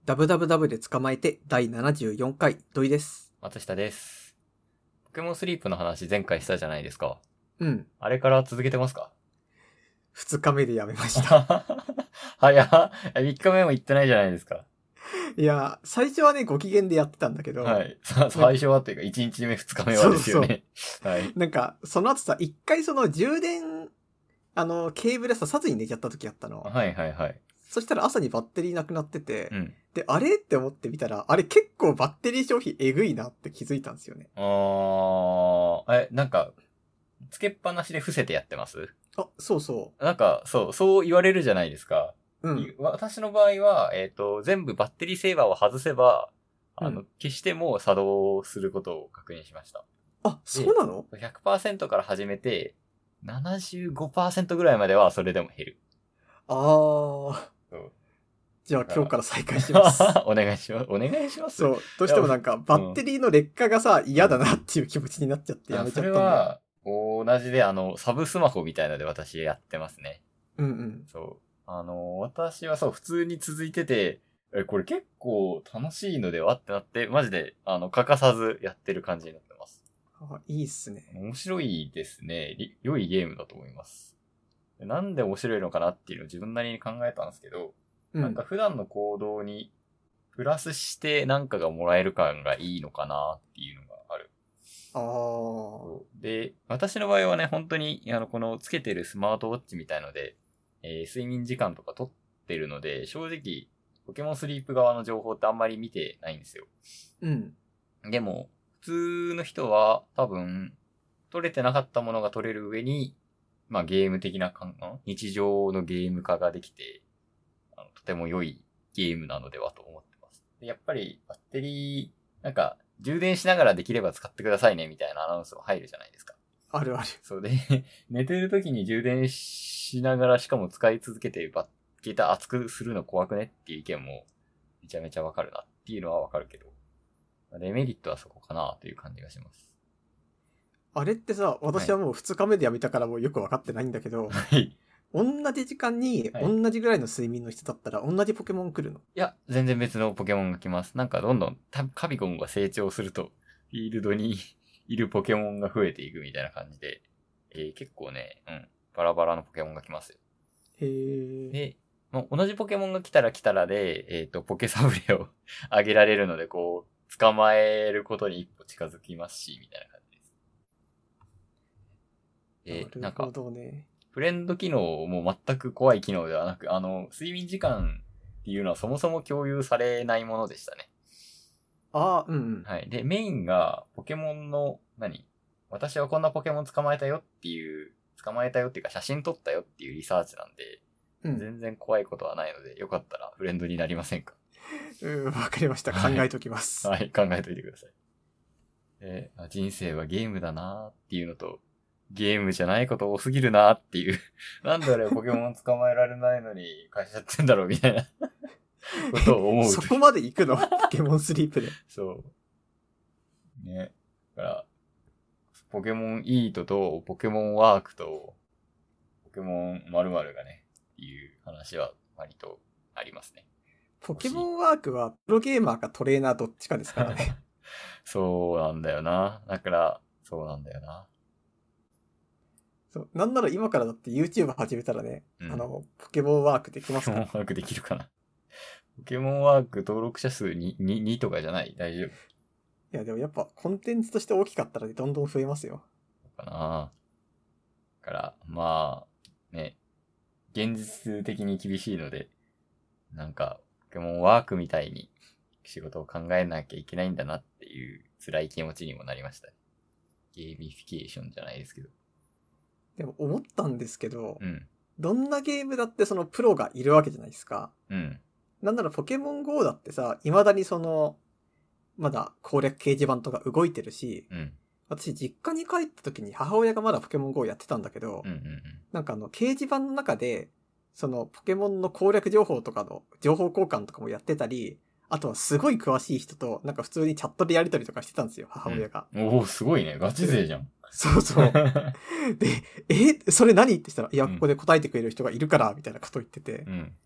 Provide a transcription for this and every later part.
ダブダブダブで捕まえて第74回土井です。 松下です。ポケモンスリープの話前回したじゃないですか。 うん。 あれから続けてますか 2日目でやめました。 早っ。3日目も行ってないじゃないですか。 いや、最初はね、ご機嫌でやってたんだけど。 はい。最初はというか、1日目、2日目はですよね。 そうはい。 なんか、その後さ、一回その充電、ケーブルさせずに寝ちゃった時あったの。 はいはいはい。 そしたら朝にバッテリーなくなってて、 うん。 で、あれって思ってみたら、あれ結構バッテリー消費えぐいなって気づいたんですよね。 なんか、つけっぱなしで伏せてやってます？ あ、そうそなんか、そう言われるじゃないですか。 う。うん。 私の場合は、全部バッテリーセーバーを外せば、消しても作動することを確認しました。 あ、そうなの？ 100% から始めて、75% ぐらいまではそれでも減る。 そう 。 じゃあ今日から再開します。 お願いします。お願いします。 そう。どうしてもなんか、バッテリーの劣化がさ、嫌だなっていう気持ちになっちゃってやめちゃったんだよ。 それは、同じで、サブスマホみたいので私やってますね。 うんうん。 そう。私は普通に続いてて、これ結構楽しいのではってなって、マジで、欠かさずやってる感じになってます。 あ、いいっすね。 面白いですね。良いゲームだと思います。なんで面白いのかなっていうのを自分なりに考えたんですけど、なんか普段の行動にプラスしてなんかがもらえる感がいいのかなっていうのがある。で、私の場合はね、本当に、このつけてるスマートウォッチみたいので、睡眠時間とか取ってるので、正直、ポケモンスリープ側の情報ってあんまり見てないんですよ。 うん。 でも、普通の人は多分、取れてなかったものが取れる上に、まあゲーム的な日常のゲーム化ができて、とても良いゲームなのではと思ってます。でやっぱりバッテリー、なんか、充電しながらできれば使ってくださいねみたいなアナウンスも入るじゃないですか。 あるある。 そうで、寝てる時に充電しながらしかも使い続けて携帯熱くするの怖くねっていう意見もめちゃめちゃわかるなっていうのはわかるけど、デメリットはそこかなという感じがします。 あれってさ、私はもう2日目でやめたからもうよくわかってないんだけど、 はい。 同じ時間に同じぐらいの睡眠の人だったら同じポケモン来るの？ いや、全然別のポケモンが来ます。なんかどんどんカビゴンが成長すると、フィールドにいるポケモンが増えていくみたいな感じで、結構ね、バラバラのポケモンが来ますよ。 へー。 で、同じポケモンが来たらで、ポケサブレをあげられるので、こう、捕まえることに一歩近づきますし、みたいな感じです。 なるほどね。 フレンド機能も全く怖い機能ではなく、睡眠時間っていうのはそもそも共有されないものでしたね。 うん。 はい。で、メインがポケモンの、私はこんなポケモン捕まえたよっていうか写真撮ったよっていうリサーチなんで、全然怖いことはないので、よかったらフレンドになりませんか？ わかりました。考えときます。 はい、考えといてください。人生はゲームだなーっていうのと、ゲームじゃないこと多すぎるなーっていう。なんであれポケモン捕まえられないのに会社やってんだろうみたいなことを思う。 そこまで行くの？ポケモンスリープで。 そう。ね。だから、ポケモンイートとポケモンワークとポケモン〇〇がね、っていう話は割とありますね。 ポケモンワークはプロゲーマーかトレーナーどっちかですからね。 そうなんだよな。だから、そうなんだよな。 そう。なんなら今からだって YouTube 始めたらね、ポケモンワークできますから。 ポケモンワークできるかな。ポケモンワーク登録者数2とかじゃない？大丈夫？いや、でもやっぱコンテンツとして大きかったらどんどん増えますよ。 かな。だから、まあ、ね、現実的に厳しいので、なんか、ポケモンワークみたいに仕事を考えなきゃいけないんだなっていう辛い気持ちにもなりました。ゲーミフィケーションじゃないですけど。 でも思ったんですけど、どんなゲームだってそのプロがいるわけじゃないですか。なんならポケモン GO だってさ、未だにまだ攻略掲示板とか動いてるし、私実家に帰った時に母親がまだポケモン GO やってたんだけど、なんか掲示板の中で、そのポケモンの攻略情報とかの情報交換とかもやってたり、あとはすごい詳しい人となんか普通にチャットでやり取りとかしてたんですよ、母親が。 おお、すごいね。ガチ勢じゃん。 そうそう。で、それ何って言ったら、いや、ここで答えてくれる人がいるから、みたいなこと言ってて。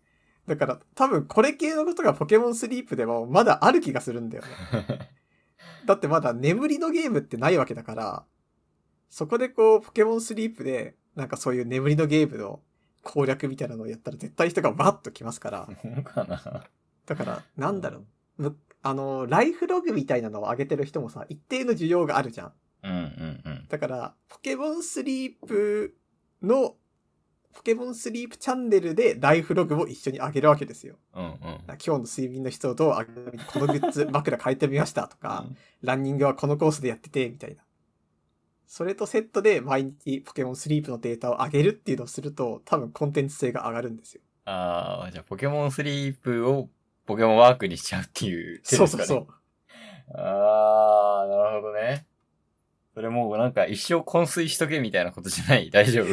だから多分これ系のことがポケモンスリープでもまだある気がするんだよね。だってまだ眠りのゲームってないわけだから、そこでこうポケモンスリープでなんかそういう眠りのゲームの攻略みたいなのをやったら絶対人がバッと来ますから。 かな。 だからなんだろう。ライフログみたいなのを上げてる人もさ、一定の需要があるじゃん。 うんうんうん。 だから、ポケモンスリープチャンネルでライフログを一緒に上げるわけですよ。 うんうん。 今日の睡眠の質をどう上げる、このグッズ枕変えてみましたとか、ランニングはこのコースでやってて、みたいな。それとセットで毎日ポケモンスリープのデータを上げるっていうのをすると、多分コンテンツ性が上がるんですよ。 ああ、じゃあポケモンスリープをポケモンワークにしちゃうっていう手ですかね。 そう。 ああ、なるほどね。それもうなんか一生昏睡しとけみたいなことじゃない？大丈夫？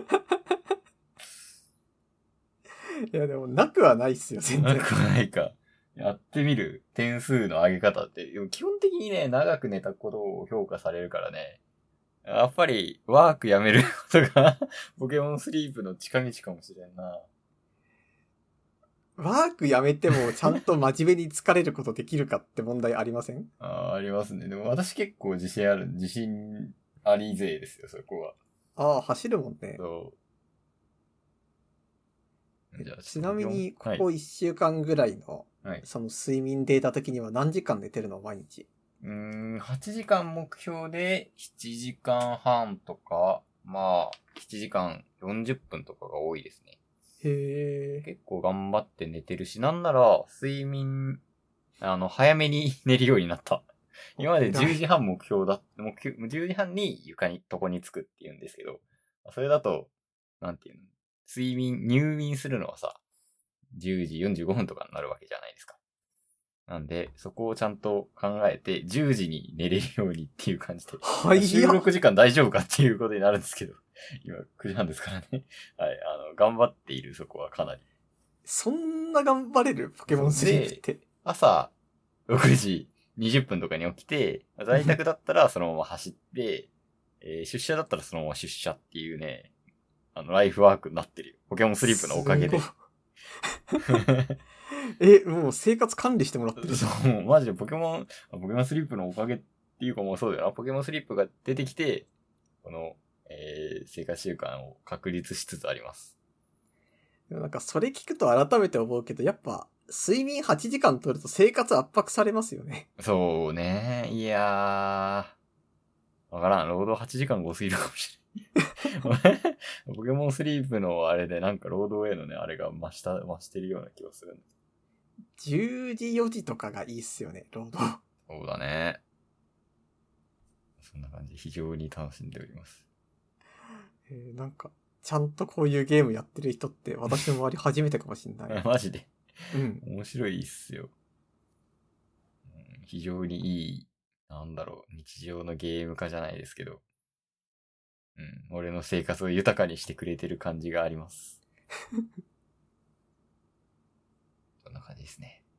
いやでもなくはないっすよ、全然。 なくはないか。やってみる点数の上げ方って、基本的にね、長く寝たことを評価されるからね。やっぱり、ワークやめることが、ポケモンスリープの近道かもしれんな。 ワークやめてもちゃんと真面目に疲れることできるかって問題ありません？ ありますね。でも私結構自信あり勢ですよ、そこは。 ああ、走るもんね。 そう。じゃあちなみに、ここ1週間ぐらいの、 はい、 その睡眠データ的には何時間寝てるの毎日。 8時間目標で7時間半とか、まあ、7時間40分とかが多いですね。 へえ。 結構頑張って寝てるし、なんなら、睡眠、早めに寝るようになった。今まで10時半目標10時半に床に着くって言うんですけど、それだと、なんていうの、入眠するのはさ、10時45分とかになるわけじゃないですか。なんで、そこをちゃんと考えて、10時に寝れるようにっていう感じで。 はい。 収録時間大丈夫かっていうことになるんですけど。今、9時半ですからね。はい。頑張っている、そこはかなり。 そんな頑張れるポケモンスリープって。 朝、6時20分とかに起きて、在宅だったらそのまま走って、出社だったらそのまま出社っていうね、ライフワークになってるよ。ポケモンスリープのおかげで。 もう生活管理してもらってる。 そう、マジでポケモンスリープのおかげっていうかもうそうだよな。ポケモンスリープが出てきて、この、生活習慣を確立しつつあります。 なんかそれ聞くと改めて思うけど、やっぱ睡眠8時間取ると生活圧迫されますよね。 そうね。いやー、わからん。労働8時間多すぎるかもしれない。ポケモンスリープのあれでなんか労働へのね、あれが増してるような気がするんです。 10時4時とかがいいっすよね、労働。 そうだね。そんな感じで非常に楽しんでおります。 なんか、ちゃんとこういうゲームやってる人って私の周り初めてかもしんない。 マジで。 うん。 面白いっすよ。非常にいい、日常のゲーム化じゃないですけど。俺の生活を豊かにしてくれてる感じがあります。そんな感じですね。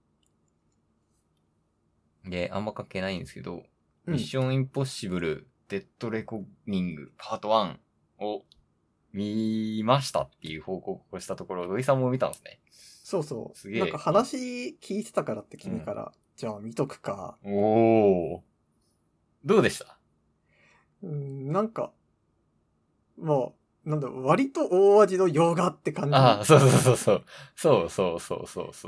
で、あんま関係ないんですけど、ミッションインポッシブル、デッドレコニングパート1を見ましたっていう報告をしたところ、土井さんも見たんですね。 そうそう。 すげえ。 なんか話聞いてたからって君から、じゃあ見とくか。 おー。どうでした？ なんか、もう、割と大味の洋画って感じ。 ああ、そう。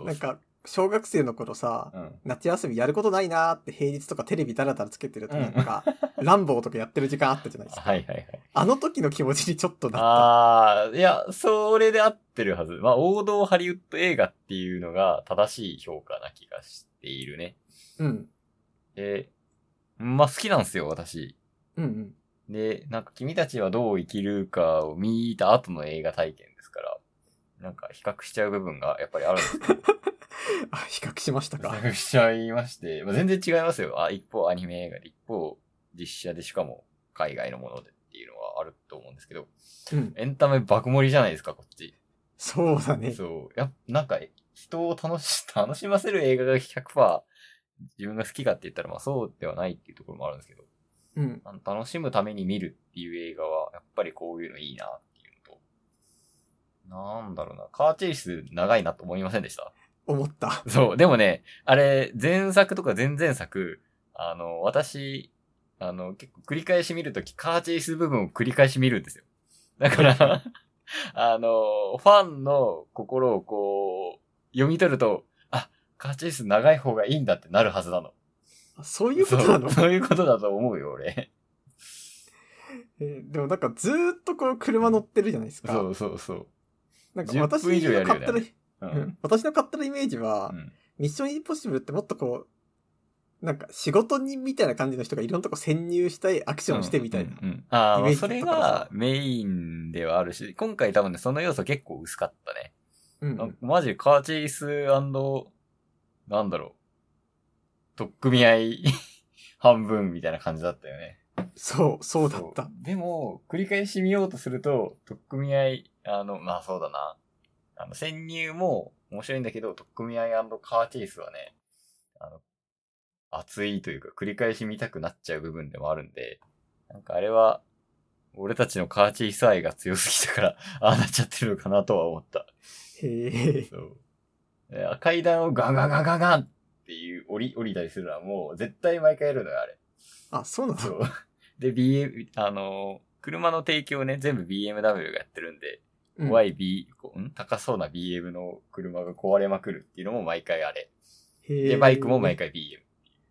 なんか、小学生の頃さ、夏休みやることないなーって平日とかテレビダラダラつけてるとなんか、ランボーとかやってる時間あったじゃないですか。 はいはいはい。 あの時の気持ちにちょっとなった。 ああ、いや、それで合ってるはず。まあ、王道ハリウッド映画っていうのが正しい評価な気がしているね。 うん。 まあ好きなんですよ、私。 うんうん。 で、なんか君たちはどう生きるかを見た後の映画体験ですから、なんか比較しちゃう部分がやっぱりあるんですよ。 比較しましたか。 比較しちゃいまして、まあ、全然違いますよ。一方アニメ映画で、一方実写でしかも海外のものでっていうのはあると思うんですけど、エンタメ爆盛りじゃないですか、こっち。 そうだね。 そう。なんか人を楽しませる映画が 100% 自分が好きかって言ったらまあそうではないっていうところもあるんですけど、楽しむために見るっていう映画は、やっぱりこういうのいいなっていうのと、 なんだろうな。カーチェイス長いなと思いませんでした？ 思った。 そう。でもね、あれ、前作とか前々作、私、結構繰り返し見るとき、カーチェイス部分を繰り返し見るんですよ。だから、ファンの心をこう、読み取ると、あ、カーチェイス長い方がいいんだってなるはずなの。 そういうことなの？ そういうことだと思うよ、俺。 でもなんかずーっとこう車乗ってるじゃないですか。 そうそうそう。 なんか私の勝手な、私の勝手なイメージは、ミッションインポッシブルってもっとこう、なんか仕事人みたいな感じの人がいろんなとこ潜入したいアクションしてみたいな。 ああ、それがメインではあるし、今回多分ね、その要素結構薄かったね。マジカーチェイス&なんだろう、取っ組み合い半分みたいな感じだったよね。 そうだった。 でも、繰り返し見ようとすると、取っ組み合い、まあそうだな。潜入も面白いんだけど、取っ組み合い&カーチェイスはね、熱いというか、繰り返し見たくなっちゃう部分でもあるんで、なんかあれは、俺たちのカーチェイス愛が強すぎたから、ああなっちゃってるのかなとは思った。 へえ。 そう。階段をガンガンガンガンガンっていう降りたりするのはもう絶対毎回やるのよ、あれ。 あ、そうなの？ そう。で、車の提供ね、全部 BMW がやってるんで、怖い高そうな BM の車が壊れまくるっていうのも毎回あれ。で、バイクも毎回 BM。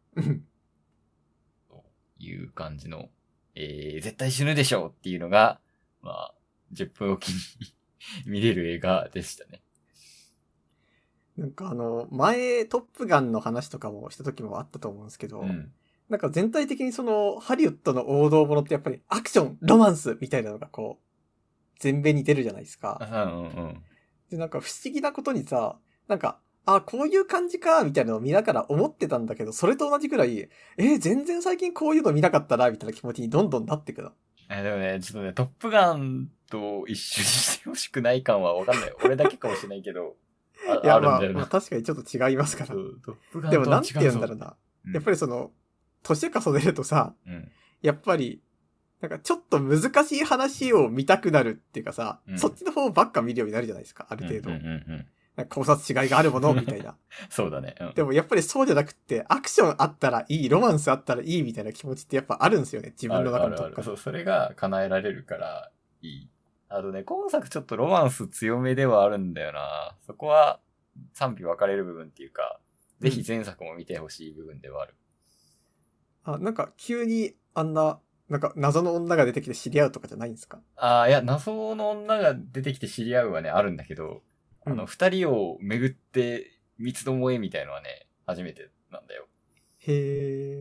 という感じの、絶対死ぬでしょうっていうのが、まあ、10分おきに見れる映画でしたね。 なんか前、トップガンの話とかもした時もあったと思うんですけど、なんか全体的にその、ハリウッドの王道ものってやっぱりアクション、ロマンスみたいなのがこう、全米に出るじゃないですか。で、なんか不思議なことにさ、なんか、こういう感じか、みたいなのを見ながら思ってたんだけど、それと同じくらい、全然最近こういうの見なかったな、みたいな気持ちにどんどんなってくる。 でもね、ちょっとね、トップガンと一緒にしてほしくない感はわかんない。俺だけかもしれないけど、 いや、まあ確かにちょっと違いますから。 トップガンでもなんて言うんだろうな。やっぱりその、年重ねるとさ、やっぱり、なんかちょっと難しい話を見たくなるっていうかさ、そっちの方ばっか見るようになるじゃないですか、ある程度。なんか考察違いがあるものみたいな。 そうだね。 でもやっぱりそうじゃなくって、アクションあったらいい、ロマンスあったらいいみたいな気持ちってやっぱあるんですよね、自分の中のとこから。 そう、それが叶えられるからいい。あとね、今作ちょっとロマンス強めではあるんだよな。そこは賛否分かれる部分っていうか、ぜひ前作も見てほしい部分ではある。 なんか急になんか謎の女が出てきて知り合うとかじゃないんですか？ いや、謎の女が出てきて知り合うはね、あるんだけど、二人を巡って三つどもえみたいのはね、初めてなんだよ。 へ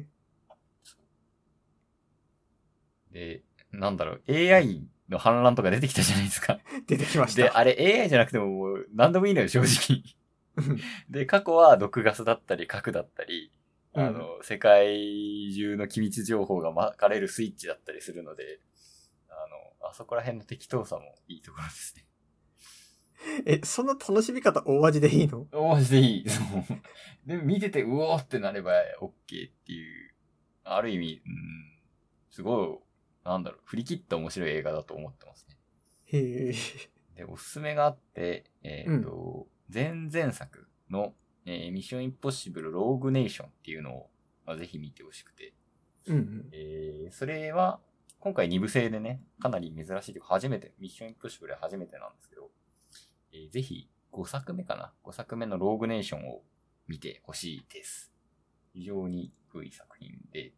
ー。で、なんだろう、AI の反乱とか出てきたじゃないですか。 出てきました。 で、あれ AI じゃなくてももう何でもいいのよ、正直。で、過去は毒ガスだったり核だったり、世界中の機密情報が巻かれるスイッチだったりするので、あそこら辺の適当さもいいところですね。そんな楽しみ方大味でいいの？ 大味でいい。でも見ててうおーってなれば OK っていう、ある意味、すごい、なんだろう、振り切った面白い映画だと思ってますね。 へで、おすすめがあって、前々作の、ミッションインポッシブルローグネーションっていうのを、ぜひ見てほしくて。それは、今回2部制でね、かなり珍しいというか、初めて、ミッションインポッシブル初めてなんですけど、ぜひ5作目かな ?5 作目のローグネーションを見てほしいです。非常に良い作品です。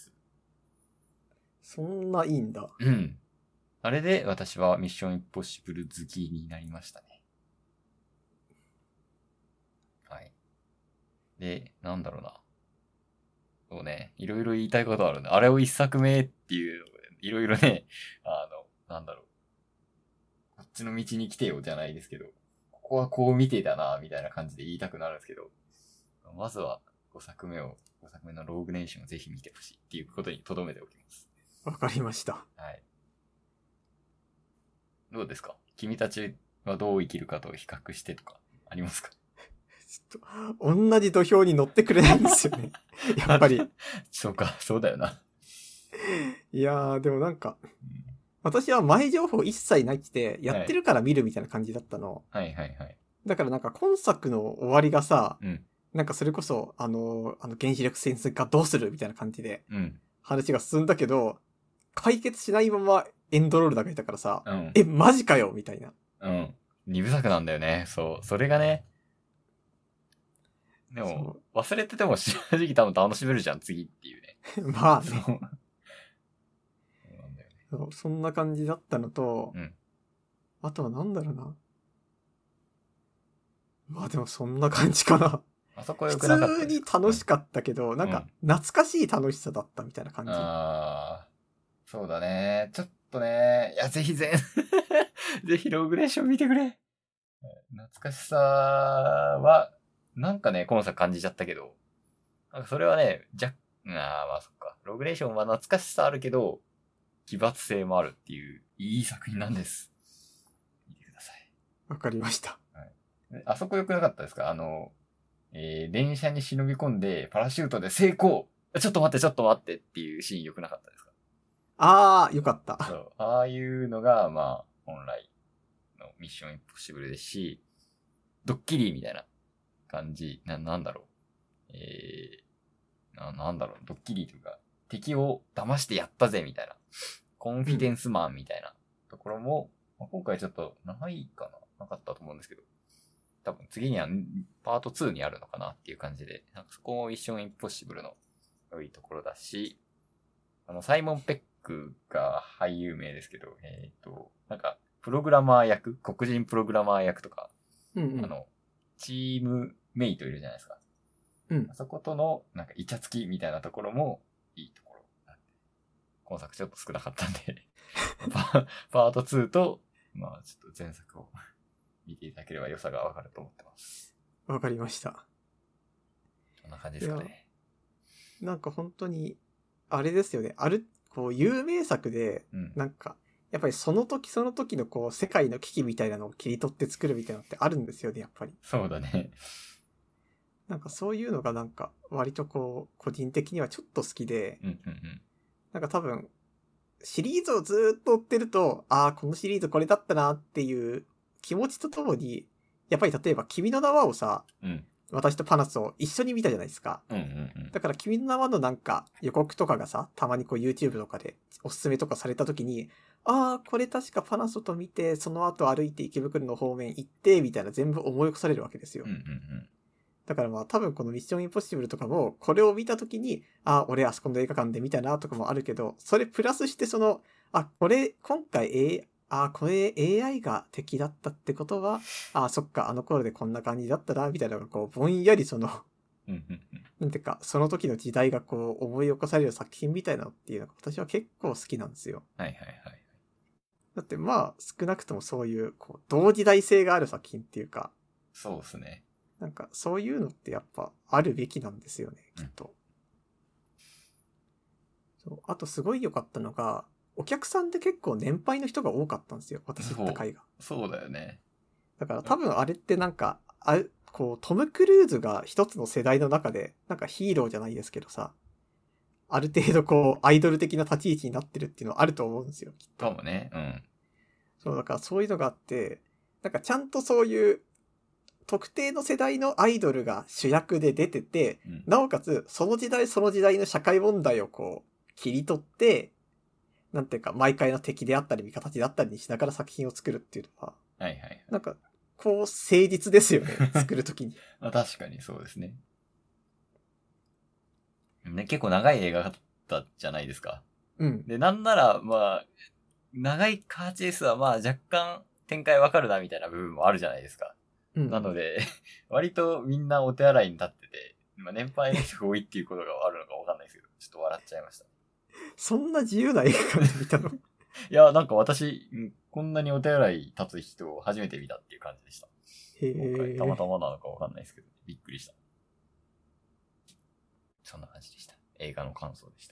そんないいんだ。 あれで私はミッションインポッシブル好きになりましたね。はい。で、なんだろうな。そうね、いろいろ言いたいことあるね。あれを1作目っていうので、いろいろね、なんだろう。こっちの道に来てよじゃないですけど、ここはこう見てたな、みたいな感じで言いたくなるんですけど、まずは5作目のローグネーションをぜひ見てほしいっていうことに留めておきます。 わかりました。 はい。どうですか？君たちはどう生きるかと比較してとかありますか？ ちょっと、同じ土俵に乗ってくれないんですよね。やっぱり。 そうか、そうだよな。 いやー、でもなんか、 私は前情報一切ないって、やってるから見るみたいな感じだったの。 はいはいはい。 だからなんか今作の終わりがさ、 うん。 なんかそれこそ、原子力潜水艦どうするみたいな感じで、 うん。 話が進んだけど、解決しないままエンドロールだけいたからさ、 うん。 マジかよみたいな。 うん。二部作なんだよね。そう。それがね。でも、忘れてても正直多分楽しめるじゃん、次っていうね。 まあね。 そうなんだよね。 そんな感じだったのと、 うん。あとはなんだろうな。まあでもそんな感じかな。 あそこ良くなかった。 普通に楽しかったけど、なんか懐かしい楽しさだったみたいな感じ。 ああ、そうだね。ちょっとね、いや、ぜひぜひローグレーション見てくれ。懐かしさは、なんかね、今作感じちゃったけど、なんかそれはね、まあそっか。ローグレーションは懐かしさあるけど、奇抜性もあるっていう、いい作品なんです。見てください。 わかりました。 はい。あそこ良くなかったですか？電車に忍び込んで、パラシュートで成功！ちょっと待ってっていうシーン良くなかったですか？ ああ、よかった。 そう。ああいうのが、まあ、本来のミッションインポッシブルですし、ドッキリみたいな感じ、なんだろう。なんだろう、ドッキリというか、敵を騙してやったぜみたいな、コンフィデンスマンみたいなところも、今回ちょっとないかなかったと思うんですけど、多分次にはパート2にあるのかなっていう感じで、なんかそこもミッションインポッシブルの良いところだし、サイモン・ペックが俳優名ですけど、なんか、プログラマー役、黒人プログラマー役とか、チームメイトいるじゃないですか。 うん。 そことの、なんか、イチャつきみたいなところも、いいところなんで。今作ちょっと少なかったんでパート2と、まあ、ちょっと前作を見ていただければ良さがわかると思ってます。 わかりました。 こんな感じですかね。 なんか本当に、あれですよね。こう、有名作で、なんか、やっぱりその時その時のこう、世界の危機みたいなのを切り取って作るみたいなのってあるんですよね、やっぱり。 そうだね。 なんかそういうのがなんか、割とこう、個人的にはちょっと好きで、なんか多分、シリーズをずっと追ってると、このシリーズこれだったなっていう気持ちとともに、やっぱり例えば君の名はをさ、私とパナスを一緒に見たじゃないですか。だから君の名はのなんか予告とかがさ、たまにこう YouTube とかでおすすめとかされた時に、これ確かパナソと見て、その後歩いて池袋の方面行って、みたいな全部思い起こされるわけですよ。だからまあ多分このミッションインポッシブルとかも、これを見た時に、俺あそこの映画館で見たなとかもあるけど、それプラスして今回これ AI が敵だったってことは、そっか、あの頃でこんな感じだったな、みたいなのがこう、ぼんやりなんていうか、その時の時代がこう、思い起こされる作品みたいなのっていうのが私は結構好きなんですよ。だってまあ、少なくともそういう、こう、同時代性がある作品っていうか。 そうですね。 なんか、そういうのってやっぱあるべきなんですよね、きっと。そう。あとすごい良かったのが、お客さんって結構年配の人が多かったんですよ、私行った回が。 そうだよね。 だから多分あれってなんか、こう、トム・クルーズが一つの世代の中で、なんかヒーローじゃないですけどさ、ある程度こう、アイドル的な立ち位置になってるっていうのはあると思うんですよ、きっと。 かもね。 そう、だからそういうのがあって、なんかちゃんとそういう、特定の世代のアイドルが主役で出てて、なおかつ、その時代その時代の社会問題をこう、切り取って、なんていうか、毎回の敵であったり味方であったりにしながら作品を作るっていうのは、なんか、こう、誠実ですよね、作るときに。 確かにそうですね。ね、結構長い映画だったじゃないですか。で、なんなら、まあ、長いカーチェイスはまあ若干展開わかるなみたいな部分もあるじゃないですか。なので、割とみんなお手洗いに立ってて、まあ、年配の人が多いっていうことがあるのかわかんないですけど、ちょっと笑っちゃいました。そんな自由な映画館で見たの？ いや、なんか私、こんなにお手洗い立つ人を初めて見たっていう感じでした。今回たまたまなのかわかんないですけど、びっくりした。そんな感じでした。映画の感想でした。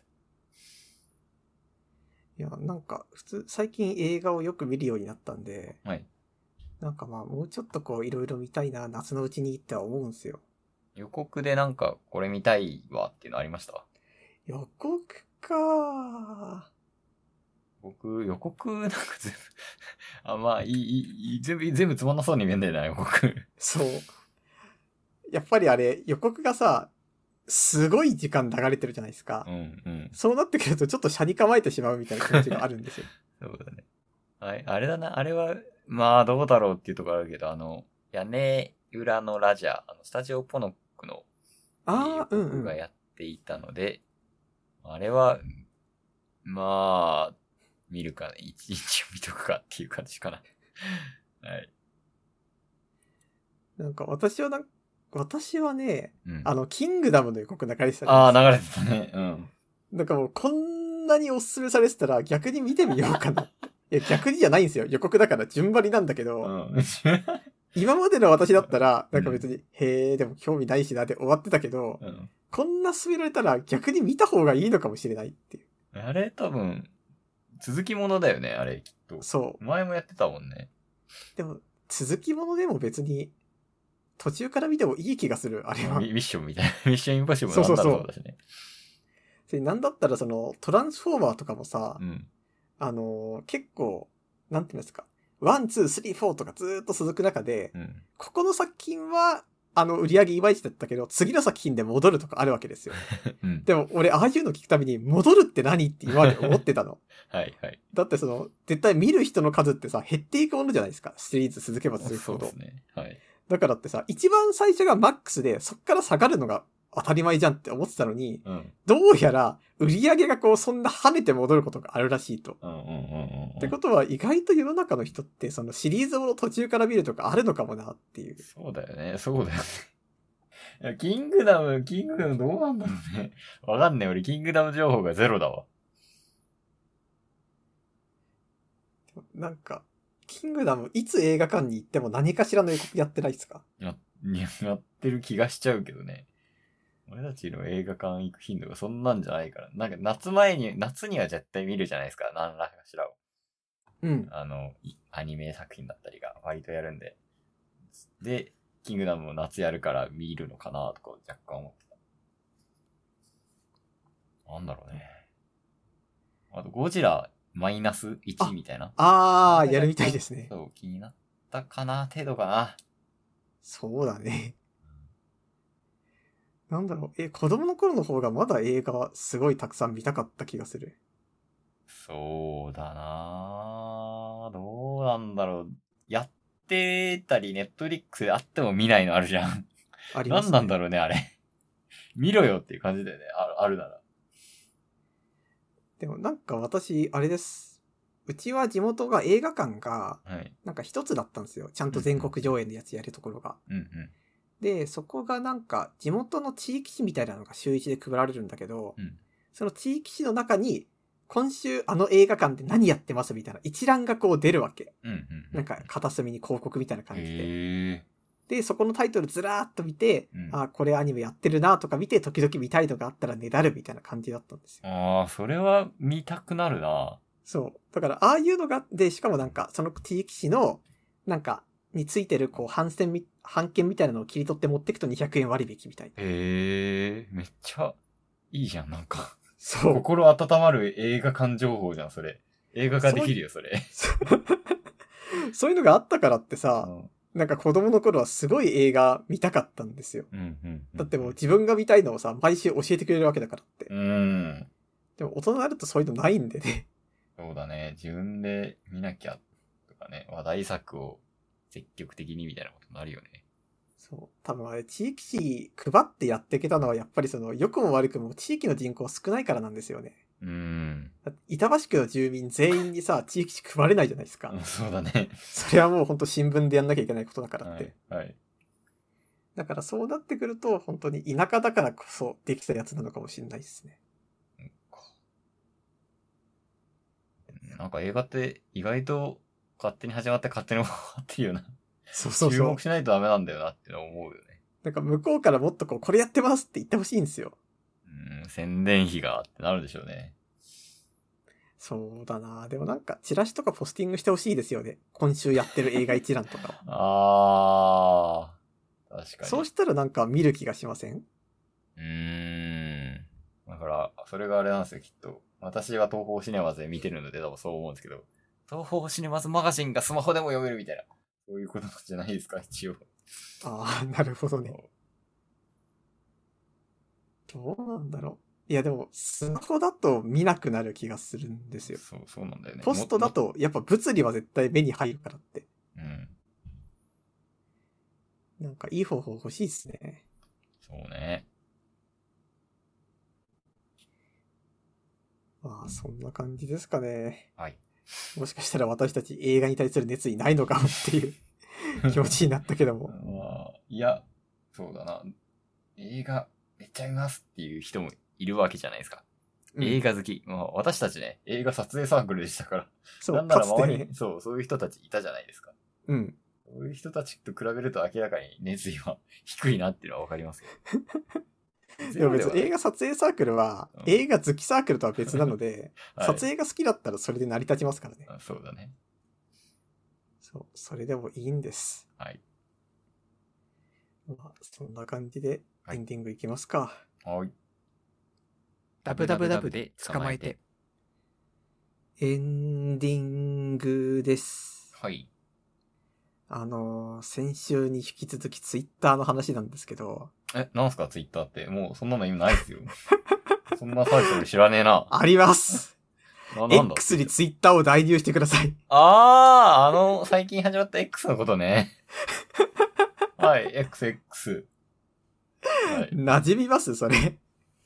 いや、なんか、最近映画をよく見るようになったんで、なんかまあ、もうちょっとこう、いろいろ見たいな、夏のうちにっては思うんですよ。 予告でなんか、これ見たいわっていうのありました？ 予告か。 予告なんか全部まあ、全部つまんなそうに見えんだよな、予告。 そう。やっぱりあれ、予告がさ、すごい時間流れてるじゃないですか。そうなってくるとちょっと車に構えてしまうみたいな気持ちがあるんですよ。 そうだね。あれだな、あれは、まあ、どうだろうっていうところあるけど、屋根裏のラジャー、スタジオポノックの予告がやっていたので、あれは、まあ、見るかね。一日見とくかっていう感じかな。はい。 なんか私はね、キングダムの予告流れてた。 流れてたね。うん。 なんかもうこんなにおすすめされてたら逆に見てみようかな。いや、逆にじゃないんですよ。予告だから順張りなんだけど、今までの私だったら、なんか別に、へー、でも興味ないしなって終わってたけど、こんな勧められたら逆に見た方がいいのかもしれないっていう。 あれ多分、続きものだよね、あれきっと。 そう。 前もやってたもんね。 でも、続きものでも別に、途中から見てもいい気がする、あれは。 ミッションみたいな。ミッションインポッシブルなんだろうだしね。 なんだったらトランスフォーマーとかもさ、結構、なんていうんですか、1、2、3、4とかずーっと続く中で、ここの作品は、売り上げいまいちだったけど、次の作品で戻るとかあるわけですよ。でも、俺、ああいうの聞くたびに、戻るって何って今まで思ってたの。 はいはい。 だって絶対見る人の数ってさ、減っていくものじゃないですか。シリーズ続けば続くほど。 そうですね。はい。 だからってさ、一番最初がマックスで、そっから下がるのが当たり前じゃんって思ってたのに、どうやら売り上げがそんな跳ねて戻ることがあるらしいと。ってことは意外と世の中の人ってシリーズもの途中から見るとかあるのかもなっていう。 そうだよね、そうだよね。いや、キングダムどうなんだろうね。わかんねえ、俺キングダム情報がゼロだわ。 なんか、キングダムいつ映画館に行っても何かしらの予告やってないっすか？ やってる気がしちゃうけどね。俺たちの映画館行く頻度がそんなんじゃないから。なんか夏には絶対見るじゃないですか。何らかしらを。アニメ作品だったりが割とやるんで。で、キングダムも夏やるから見るのかなとか若干思ってた。なんだろうね。あと、ゴジラ-1みたいな。 やるみたいですね。 そう、気になったかな程度かな。 そうだね。なんだろう、子供の頃の方がまだ映画すごいたくさん見たかった気がする。 そうだなどうなんだろう。やってたり、ネットフリックスであっても見ないのあるじゃん。 ありますね。 何なんだろうね、あれ。見ろよっていう感じだよね。あるなら。 でもなんか私、あれです。うちは地元が映画館が、なんか一つだったんですよ。ちゃんと全国上映のやつやるところが。で、そこがなんか地元の地域紙みたいなのが週1で配られるんだけど、その地域紙の中に、今週あの映画館で何やってますみたいな一覧が出るわけ。なんか片隅に広告みたいな感じで。で、そこのタイトルずらーっと見て、これアニメやってるなとか見て、時々見たいのがあったらねだるみたいな感じだったんですよ。それは見たくなるな。 そう。だから、ああいうのが、で、しかもなんか、その地域紙の、なんか、についてる、版権みたいなのを切り取って持ってくと200円割引みたいな。 めっちゃいいじゃん、なんか。 そう。 心温まる映画館情報じゃん、それ。映画化できるよ、それ。 そういうのがあったからってさ、なんか子供の頃はすごい映画見たかったんですよ。だってもう自分が見たいのをさ、毎週教えてくれるわけだからって。でも大人になるとそういうのないんでね。 そうだね。自分で見なきゃとかね、話題作を積極的にみたいなことになるよね。 そう。多分あれ、地域紙配ってやっていけたのはやっぱり良くも悪くも地域の人口少ないからなんですよね。板橋区の住民全員にさ、地域紙配れないじゃないですか。 そうだね。 それはもう本当新聞でやんなきゃいけないことだからって。 はい。 だからそうなってくると、本当に田舎だからこそできたやつなのかもしれないですね。 なんか映画って意外と勝手に始まって勝手に終わってるよな。 そう。 注目しないとダメなんだよなって思うよね。 なんか向こうからもっとこれやってますって言ってほしいんですよ。 宣伝費がってなるでしょうね。 そうだな。でもなんかチラシとかポスティングしてほしいですよね。今週やってる映画一覧とか確かに。 そうしたらなんか見る気がしません？ だから、それがあれなんですよ、きっと。 私は東宝シネマズで見てるので多分そう思うんですけど、東宝シネマズマガジンがスマホでも読めるみたいな、そういうことじゃないですか、一応。 ああ、なるほどね。どうなんだろう。いやでも、スマホだと見なくなる気がするんですよ。 そうなんだよね。 ポストだと、やっぱ物理は絶対目に入るからって。 うん。 なんかいい方法欲しいっすね。 そうね。 まあ、そんな感じですかね。 はい。 もしかしたら私たち映画に対する熱意ないのかもっていう気持ちになったけども。 まあ、いや、そうだな。映画めっちゃ見ますっていう人もいるわけじゃないですか。映画好き。まあ、私たちね、映画撮影サークルでしたから。 そう、 なんなら周りに、そういう人たちいたじゃないですか。 うん。 そういう人たちと比べると明らかに熱意は低いなっていうのはわかりますよ。 でも別に映画撮影サークルは、映画好きサークルとは別なので、はい、撮影が好きだったらそれで成り立ちますからね。 そうだね。 そう、それでもいいんです。 はい。 まあ、そんな感じでエンディングいきますか。 はい。 ダブダブダブで捕まえて。 エンディングです。 はい。 先週に引き続きツイッターの話なんですけど。 なんすかツイッターって。もうそんなの今ないっすよ。そんなサービス俺知らねえな。 あります。X にツイッターを代入してください。 最近始まった X のことね。はい、XX。 はい、馴染みますそれ。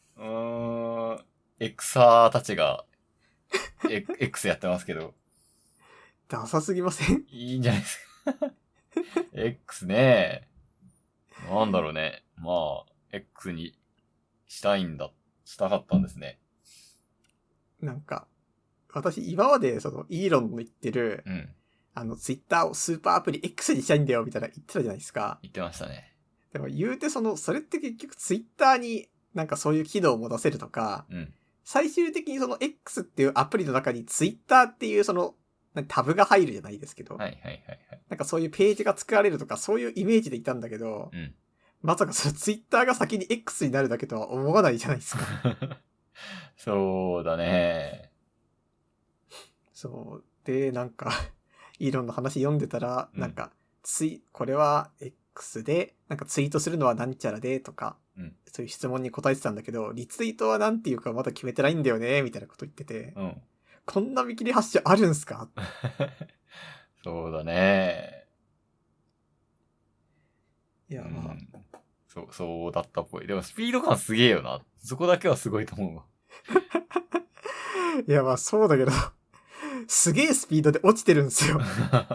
エクサーたちが、X やってますけど。 ダサすぎません？ いいんじゃないですか。X ね。なんだろうね。まあ、X にしたかったんですね。 なんか、私今までイーロンの言ってる、ツイッターをスーパーアプリ X にしたいんだよみたいな言ってたじゃないですか。 言ってましたね。 でも言うてそれって結局ツイッターになんかそういう機能を持たせるとか、最終的にX っていうアプリの中にツイッターっていうタブが入るじゃないですけど。なんかそういうページが作られるとかそういうイメージでいたんだけど、まさかツイッターが先に X になるだけとは思わないじゃないですか。 そうだね。 そう。で、なんか、イーロンの話読んでたら、なんか、これは X で、なんかツイートするのはなんちゃらでとか、そういう質問に答えてたんだけど、リツイートはなんていうかまだ決めてないんだよね、みたいなこと言ってて、こんな見切り発車あるんすか？ そうだね。 いや、まあ、 そうだったっぽい。でもスピード感すげえよな。そこだけはすごいと思うわ。 いや、まあそうだけど、すげえスピードで落ちてるんですよ。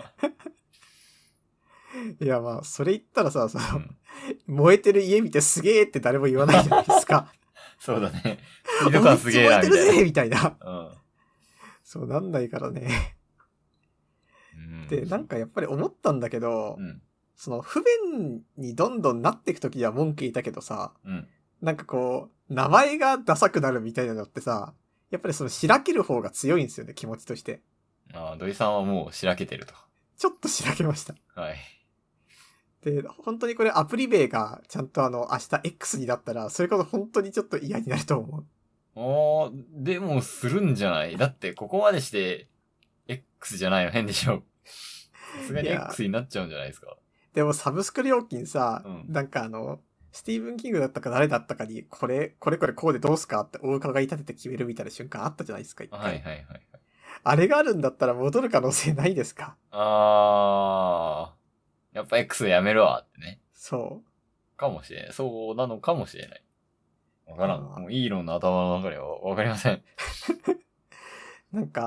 いや、まあ、それ言ったらさ、燃えてる家見てすげーって誰も言わないじゃないですか。 そうだね。スピード感すげえな、みたいな。 燃えてるぜみたいな。そうなんないからね。で、なんかやっぱり思ったんだけど、不便にどんどんなっていくときには文句言いたけどさ、なんか名前がダサくなるみたいなのってさ、やっぱりしらける方が強いんですよね、気持ちとして。 土井さんはもうしらけてると。 ちょっとしらけました。 はい。 で、本当にこれアプリ名がちゃんと明日 X になったら、それこそ本当にちょっと嫌になると思う。でもするんじゃない？だってここまでして、X じゃないの変でしょ。さすがに X になっちゃうんじゃないですか。 でもサブスク料金さ、なんかスティーブン・キングだったか誰だったかに、これこうでどうすかってお伺い立てて決めるみたいな瞬間あったじゃないですか、一回。 はい。 あれがあるんだったら戻る可能性ないですか？ やっぱ X やめるわってね。 そう。 かもしれない。そうなのかもしれない。わからん。もうイーロンの頭の中ではわかりません。 なんか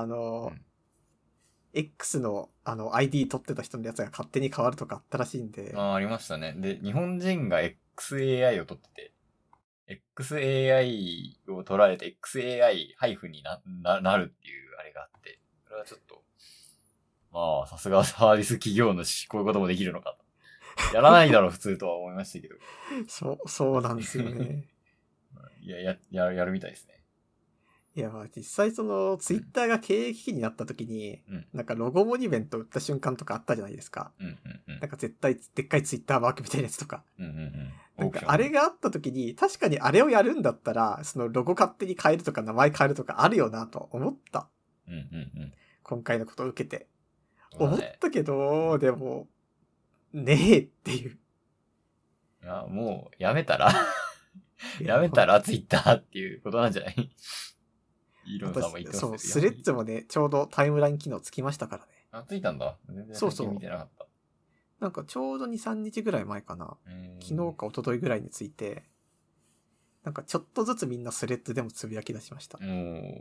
X のID 取ってた人のやつが勝手に変わるとかあったらしいんで。 ありましたね。で、日本人が XAI を取ってて、XAI を取られて XAI ハイフンになるっていうあれがあって、それはちょっと、まあ、さすがサービス企業のこういうこともできるのかと。やらないだろう、普通とは思いましたけど。 そうなんですよね。 いや、やるみたいですね。 いいや、まあ実際その、ツイッターが経営危機になった時に、なんかロゴモニュメント売った瞬間とかあったじゃないですか。なんか絶対でっかいツイッターマークみたいなやつとか。なんかあれがあった時に、確かにあれをやるんだったら、そのロゴ勝手に変えるとか名前変えるとかあるよなと思った。今回のことを受けて。思ったけど、でも、ねえっていう。 いや、もう、やめたらやめたらツイッターっていうことなんじゃないイーロンさんも言ってますそう、スレッズもね、ちょうどタイムライン機能つきましたからね。 あ、ついたんだ。全然そうそう。 見てなかった。 なんかちょうど2、3日ぐらい前かな。昨日か一昨日ぐらいについて、なんかちょっとずつみんなスレッズでもつぶやき出しました。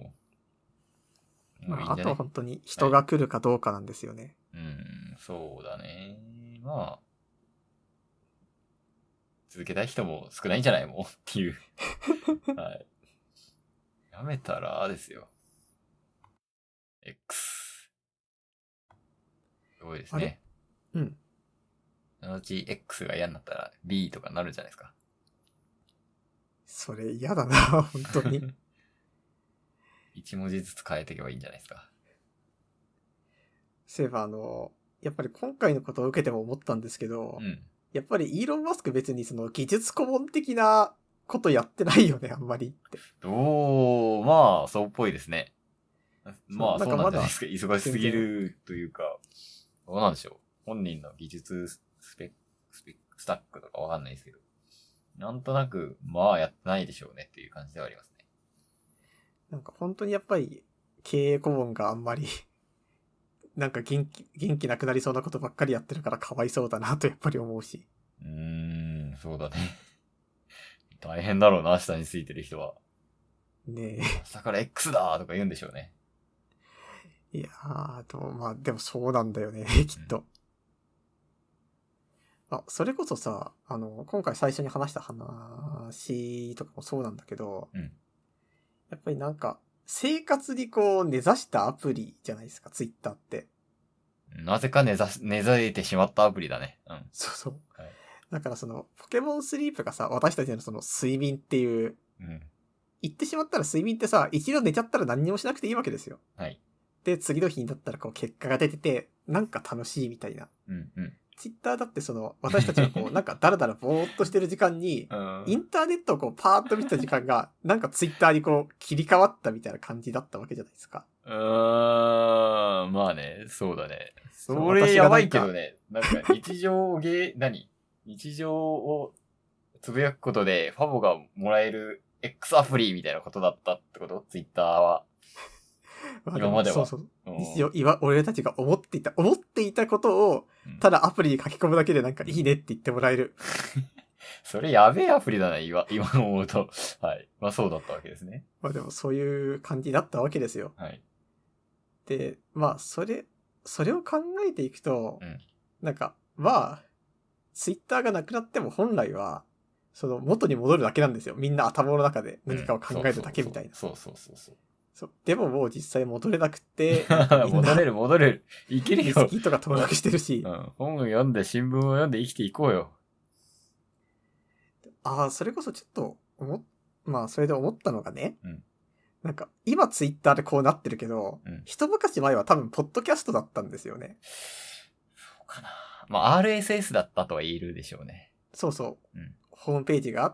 まあ、あとは本当に人が来るかどうかなんですよね。 そうだね。まあ、続けたい人も少ないんじゃないもんっていう。はい。やめたらですよ。X。すごいですね。 うん。 そのうち X が嫌になったら B とかなるんじゃないですか。 それ嫌だな、本当に。 一文字ずつ変えていけばいいんじゃないですか。 そういえばやっぱり今回のことを受けても思ったんですけど、やっぱりイーロン・マスク別にその技術顧問的なことやってないよね、あんまりって。 まあ、そうっぽいですね。まあ、そうなんじゃないですか。忙しすぎるというか、どうなんでしょう。本人の技術スタックとかわかんないですけど。なんとなく、まあやってないでしょうねっていう感じではありますね。 なんか本当にやっぱり、経営顧問があんまり、なんか元気なくなりそうなことばっかりやってるからかわいそうだなとやっぱり思うし。 そうだね。大変だろうな、下についてる人は。 ねえ。 下から X だとか言うんでしょうね。 いやー、まあでもそうなんだよね、きっと。それこそさ、今回最初に話した話とかもそうなんだけど、やっぱりなんか、生活にこう根ざしたアプリじゃないですか、ツイッターって。 なぜか根ざいてしまったアプリだね。 そうそう。はい、だからその、ポケモンスリープがさ、私たちのその睡眠っていう、言ってしまったら睡眠ってさ、一度寝ちゃったら何にもしなくていいわけですよ。 はい。 で、次の日になったらこう結果が出てて、なんか楽しいみたいな。ツイッターだってその、私たちがこう、なんかダラダラぼーっとしてる時間に、インターネットをこうパーッと見た時間が、なんかツイッターにこう切り替わったみたいな感じだったわけじゃないですか。 まあね、そうだね。それやばいけどね。なんか日常をつぶやくことでファボがもらえる X アプリみたいなことだったってこと？ツイッターは。今までは。 そう。俺たちが思っていたことを、ただアプリに書き込むだけでなんかいいねって言ってもらえる。 それやべえアプリだな、今思うと。はい。まあそうだったわけですね。 まあでもそういう感じだったわけですよ。 はい。 で、まあそれを考えていくと、なんか、まあ、ツイッターがなくなっても本来は、その元に戻るだけなんですよ。みんな頭の中で何かを考えるだけみたいな。 そう。 でももう実際戻れなくて。 戻れる。いけるよ。 好きとか登録してるし。 本を読んで新聞を読んで生きていこうよ。 それこそちょっとまあそれで思ったのがね。なんか今ツイッターでこうなってるけど、一昔前は多分ポッドキャストだったんですよね。 そうかな。まあ RSS だったとは言えるでしょうね。 そう。ホームページがあって、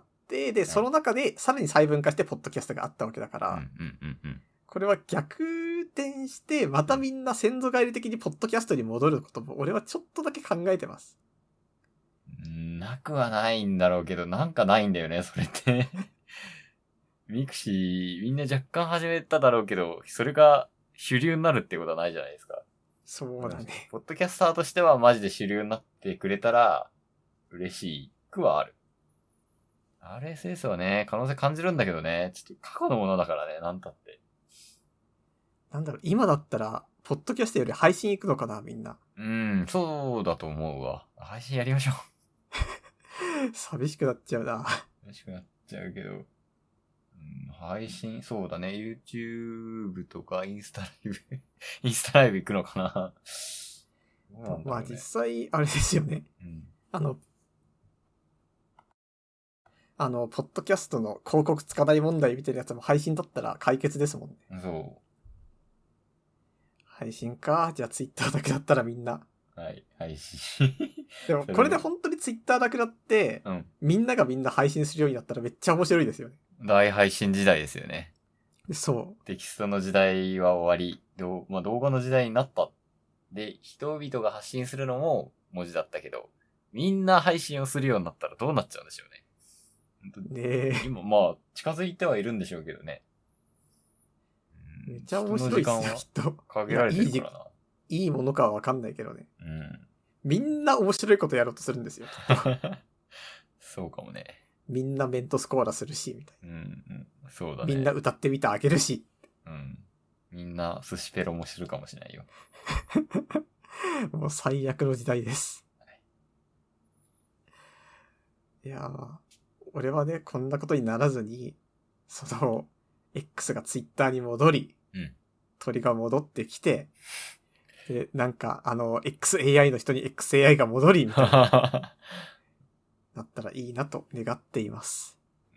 で、その中でさらに細分化してポッドキャストがあったわけだから。これは逆転して、またみんな先祖返り的にポッドキャストに戻ることも、俺はちょっとだけ考えてます。 なくはないんだろうけど、なんかないんだよね、それって。ミクシー、みんな若干始めただろうけど、それが主流になるってことはないじゃないですか。 そうだね。 ポッドキャスターとしてはマジで主流になってくれたら、嬉しくはある。RSS はね、可能性感じるんだけどね、ちょっと過去のものだからね、なんたって。 なんだろう、今だったら、ポッドキャストより配信行くのかな、みんな。 そうだと思うわ。配信やりましょう。寂しくなっちゃうな。 寂しくなっちゃうけど。配信、そうだね。YouTube とかインスタライブ行くのかな。 ね、まあ実際、あれですよね。 ポッドキャストの広告つかない問題みたいなやつも配信だったら解決ですもんね。 そう。 配信か。じゃあツイッターだけだったらみんな。 はい、配信。 でもこれで本当にツイッターだけだって、みんながみんな配信するようになったらめっちゃ面白いですよね。 大配信時代ですよね。 そう。 テキストの時代は終わり。動画の時代になった。で、人々が発信するのも文字だったけど、みんな配信をするようになったらどうなっちゃうんでしょうね。 ねえ。 今、近づいてはいるんでしょうけどね。 めっちゃ面白いですよ、きっと。 限られてるからな。 いいものかはわかんないけどね。みんな面白いことやろうとするんですよ。 そうかもね。 みんなメントスコーラするし、みたいな。そうだね。 みんな歌ってみてあげるし。 みんな寿司ペロもするかもしれないよ。 もう最悪の時代です。いやー、俺はね、こんなことにならずに、X がツイッターに戻り、鳥が戻ってきて、で、なんか、XAI の人に XAI が戻り、みたいな。なったらいいなと願っています。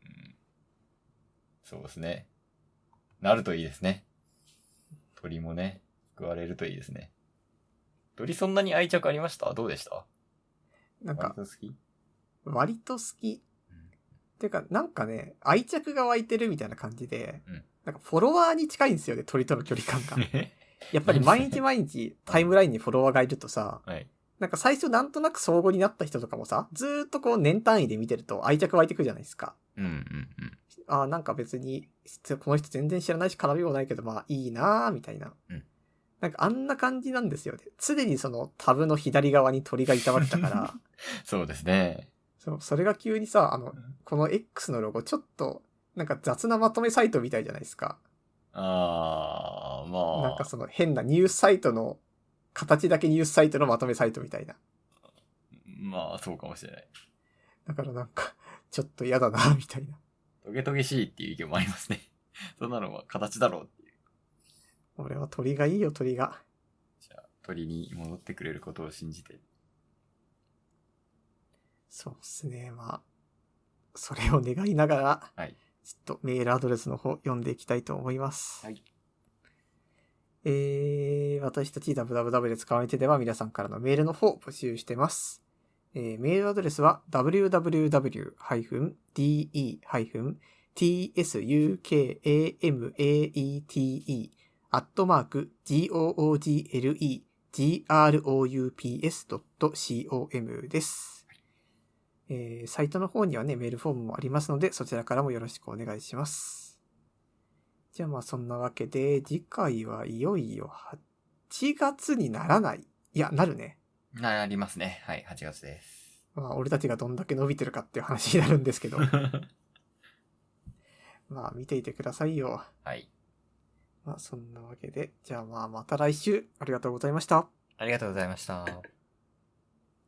そうですね。なるといいですね。鳥もね、救われるといいですね。鳥そんなに愛着ありました？どうでした？ なんか、 割と好き？ 割と好き。てか、なんかね、愛着が湧いてるみたいな感じで、なんかフォロワーに近いんですよね、鳥との距離感が。やっぱり毎日毎日タイムラインにフォロワーがいるとさ、なんか最初なんとなく相互になった人とかもさ、ずーっとこう年単位で見てると愛着湧いてくるじゃないですか。なんか別に、この人全然知らないし絡みもないけど、まあいいなーみたいな。なんかあんな感じなんですよね。常にそのタブの左側に鳥がいたわけだから。 そうですね。 それが急にさ、この X のロゴちょっと、なんか雑なまとめサイトみたいじゃないですか。なんかその変なニュースサイトの、形だけニュースサイトのまとめサイトみたいな。 まあ、そうかもしれない。 だからなんか、ちょっと嫌だな、みたいな。 トゲトゲしいっていう意見もありますね。そんなのは形だろうっていう。 俺は鳥がいいよ、鳥が。 じゃあ、鳥に戻ってくれることを信じて。 そうですね。まあ、それを願いながら、ちょっとメールアドレスの方読んでいきたいと思います。私たち www で使われてでは皆さんからのメールの方を募集してます。メールアドレスは www-de-tsukamate.goups.com です。サイトの方にはね、メールフォームもありますので、そちらからもよろしくお願いします。じゃあまあそんなわけで、次回はいよいよ8月にならない。いや、なるね。 なりますね。はい、8月です。 まあ俺たちがどんだけ伸びてるかっていう話になるんですけど。まあ見ていてくださいよ。 はい。 まあそんなわけで、じゃあまあまた来週ありがとうございました。 ありがとうございました。